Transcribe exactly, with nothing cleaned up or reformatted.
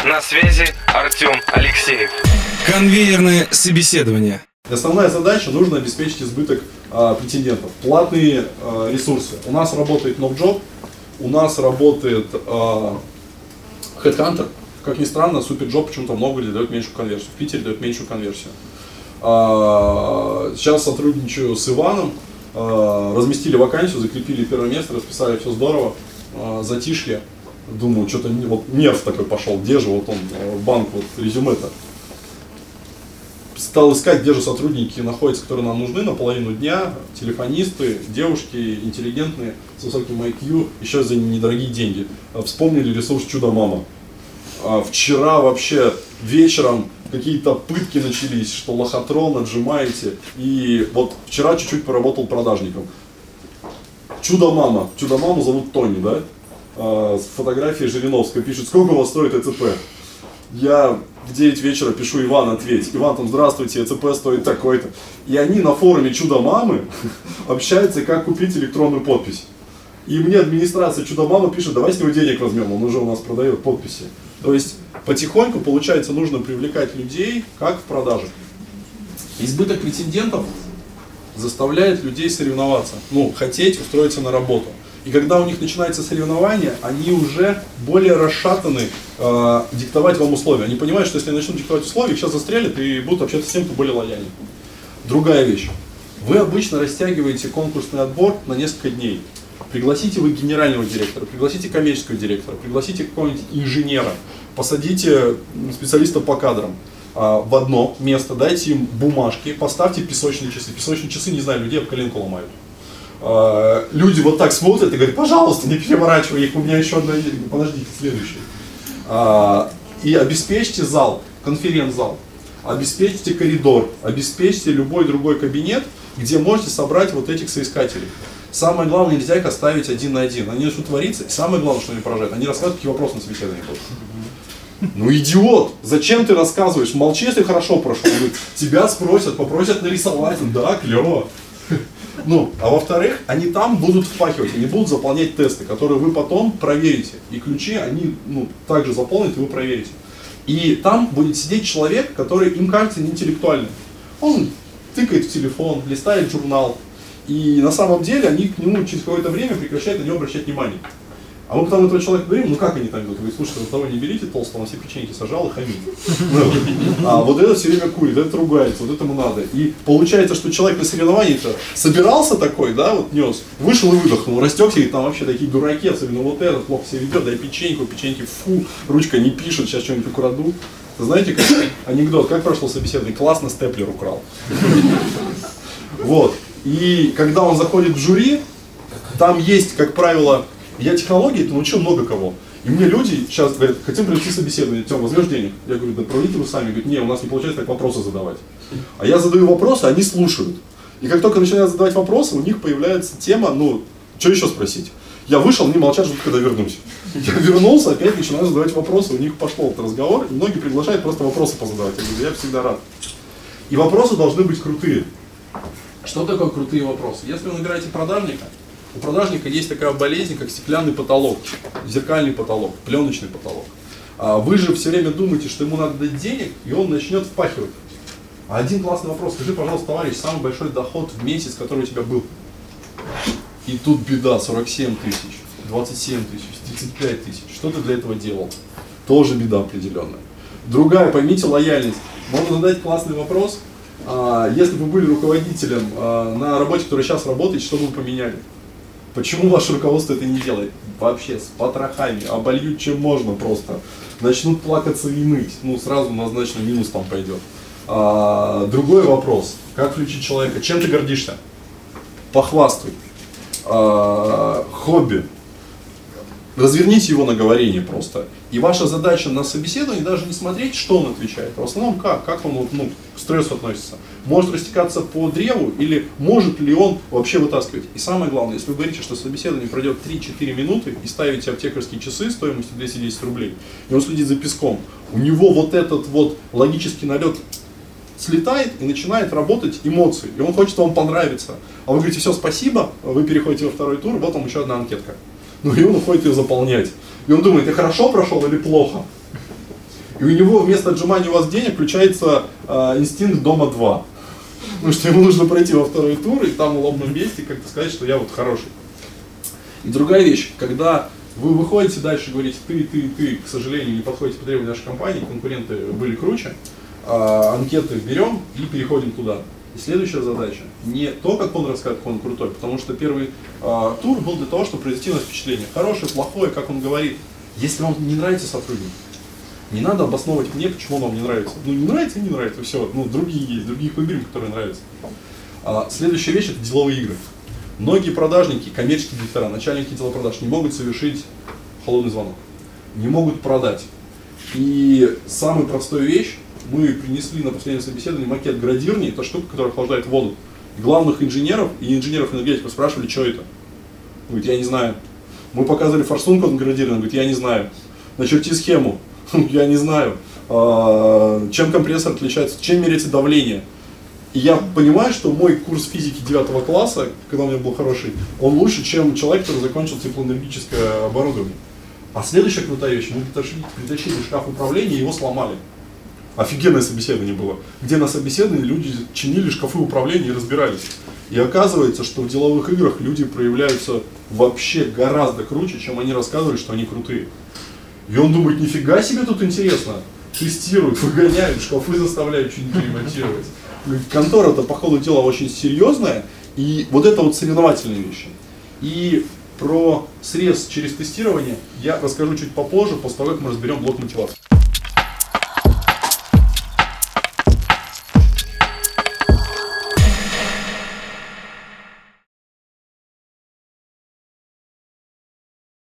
На связи Артем Алексеев. Конвейерное собеседование. Основная задача — нужно обеспечить избыток а, претендентов. Платные а, ресурсы. У нас работает NoJob, у нас работает а, HeadHunter. Как ни странно, SuperJob почему-то много где дает меньшую конверсию. В Питере дает меньшую конверсию. А, сейчас сотрудничаю с Иваном. А, разместили вакансию, закрепили первое место, расписали, все здорово. А, затишье. Думаю, что-то вот нерв такой пошел, где же вот он, банк, вот резюме-то. Стал искать, где же сотрудники находятся, которые нам нужны на половину дня, телефонисты, девушки интеллигентные, с высоким ай кью, еще за недорогие деньги. Вспомнили ресурс Чудо-мама. Вчера вообще вечером какие-то пытки начались, что лохотрон отжимаете, и вот вчера чуть-чуть поработал продажником. Чудо-мама, Чудо-маму зовут Тони, да? С фотографией Жириновской пишет: сколько у вас стоит ЭЦП? Я в девять вечера пишу: Иван, ответь. Иван там: здравствуйте, ЭЦП стоит такой-то. И они на форуме Чудо-мамы общаются, как купить электронную подпись. И мне администрация Чудо-мамы пишет: давай с него денег возьмем, он уже у нас продает подписи. То есть потихоньку, получается, нужно привлекать людей, как в продаже. Избыток претендентов заставляет людей соревноваться, ну, хотеть устроиться на работу. И когда у них начинается соревнование, они уже более расшатаны э, диктовать вам условия. Они понимают, что если начнут диктовать условия, их сейчас застрелят и будут общаться с тем, кто более лояльный. Другая вещь. Вы обычно растягиваете конкурсный отбор на несколько дней. Пригласите вы генерального директора, пригласите коммерческого директора, пригласите какого-нибудь инженера, посадите специалиста по кадрам э, в одно место, дайте им бумажки, поставьте песочные часы. Песочные часы, не знаю, людей об коленку ломают. Люди вот так смотрят и говорят: пожалуйста, не переворачивай их, у меня еще одна, подождите, следующий. И обеспечьте зал, конференц-зал, обеспечьте коридор, обеспечьте любой другой кабинет, где можете собрать вот этих соискателей. Самое главное, нельзя их оставить один на один, они начнут твориться, и самое главное, что они поражают, они рассказывают, какие вопросы на собеседовании будут. Ну идиот, зачем ты рассказываешь, молчи, если хорошо прошел. Тебя спросят, попросят нарисовать, да, клево. Ну, а во-вторых, они там будут впахивать, они будут заполнять тесты, которые вы потом проверите. И ключи они, ну, также заполнят, и вы проверите. И там будет сидеть человек, который им кажется неинтеллектуальным. Он тыкает в телефон, листает журнал. И на самом деле они к нему через какое-то время прекращают на него обращать внимание. А мы потом этого человека говорим: ну как они там идут? Говорит: слушайте, вот того не берите толстого, он все печеньки сожрал и хамит. А вот этот все время курит, этот ругается, вот этому надо. И получается, что человек на соревновании-то собирался такой, да, вот нес, вышел и выдохнул, растекся, и там вообще такие дураки, особенно вот этот плохо себя ведет, дай печеньку, печеньки, фу, ручка не пишет, сейчас что-нибудь украду. Знаете, как анекдот, как прошло собеседование? Классно степлер украл. Вот. И когда он заходит в жюри, там есть, как правило, я технологии-то научил много кого. И мне люди сейчас говорят: хотим провести собеседование, Тём, возьмешь денег? Я говорю: да проведите вы сами. Говорят: не, у нас не получается так вопросы задавать. А я задаю вопросы, они слушают. И как только начинают задавать вопросы, у них появляется тема: ну, что еще спросить? Я вышел, они молчат, ждут, когда вернусь. Я вернулся, опять начинаю задавать вопросы, у них пошел этот разговор, и многие приглашают просто вопросы позадавать. Я говорю: я всегда рад. И вопросы должны быть крутые. Что такое крутые вопросы? Если вы набираете продажника, у продажника есть такая болезнь, как стеклянный потолок, зеркальный потолок, пленочный потолок. А вы же все время думаете, что ему надо дать денег, и он начнет впахивать. А один классный вопрос: скажи, пожалуйста, товарищ, самый большой доход в месяц, который у тебя был? И тут беда: сорок семь тысяч, двадцать семь тысяч, тридцать пять тысяч. Что ты для этого делал? Тоже беда определенная. Другая, поймите, лояльность. Можно задать классный вопрос: если бы вы были руководителем на работе, которой сейчас работаете, что бы вы поменяли? Почему ваше руководство это не делает? Вообще с потрохами, обольют чем можно просто. Начнут плакаться и ныть, ну сразу назначенный минус там пойдет. А, другой вопрос: как включить человека? Чем ты гордишься? Похвастуй. А, хобби. Разверните его на говорение просто. И ваша задача на собеседовании даже не смотреть, что он отвечает, а в основном как, как он ну, к стрессу относится. Может растекаться по древу или может ли он вообще вытаскивать. И самое главное, если вы говорите, что собеседование пройдет три-четыре минуты и ставите аптекарские часы стоимостью двести десять рублей, и он следит за песком, у него вот этот вот логический налет слетает и начинает работать эмоции, и он хочет вам понравиться. А вы говорите: все, спасибо, вы переходите во второй тур, вот вам еще одна анкетка. Ну и он уходит ее заполнять. И он думает: я хорошо прошел или плохо? И у него вместо отжимания у вас денег включается э, инстинкт дома два. Потому что ему нужно пройти во второй тур и там в лобном месте как-то сказать, что я вот хороший. И другая вещь, когда вы выходите дальше и говорите, ты, ты, ты, к сожалению, не подходите по требованиям нашей компании, конкуренты были круче, а, анкеты берем и переходим туда. И следующая задача, не то, как он рассказывает, как он крутой, потому что первый а, тур был для того, чтобы произвести у нас впечатление. Хорошее, плохое, как он говорит. Если вам не нравится сотрудник, не надо обосновывать мне, почему он вам не нравится. Ну, не нравится и не нравится, все. Ну, другие есть, другие выберем, которые нравятся. А, следующая вещь – это деловые игры. Многие продажники, коммерческие директора, начальники дела продаж не могут совершить холодный звонок, не могут продать. И самая простая вещь, мы принесли на последнее собеседование макет градирни, это штука, которая охлаждает воду. Главных инженеров и инженеров-энергетиков спрашивали, что это. Он говорит, я не знаю. Мы показывали форсунку от градирни, он говорит, я не знаю. Начерти схему, я не знаю. Чем компрессор отличается, чем меряется давление. И я понимаю, что мой курс физики девятого класса, когда у меня был хороший, он лучше, чем человек, который закончил теплоэнергетическое оборудование. А следующая крутая вещь, мы притащили, притащили шкаф управления и его сломали. Офигенное собеседование было, где на собеседовании люди чинили шкафы управления и разбирались. И оказывается, что в деловых играх люди проявляются вообще гораздо круче, чем они рассказывали, что они крутые. И он думает, нифига себе тут интересно. Тестируют, выгоняют, шкафы заставляют что-нибудь ремонтировать. Контора-то, по ходу дела, очень серьезная, и вот это вот соревновательные вещи. И про срез через тестирование я расскажу чуть попозже, после того, как мы разберем блок мотивации.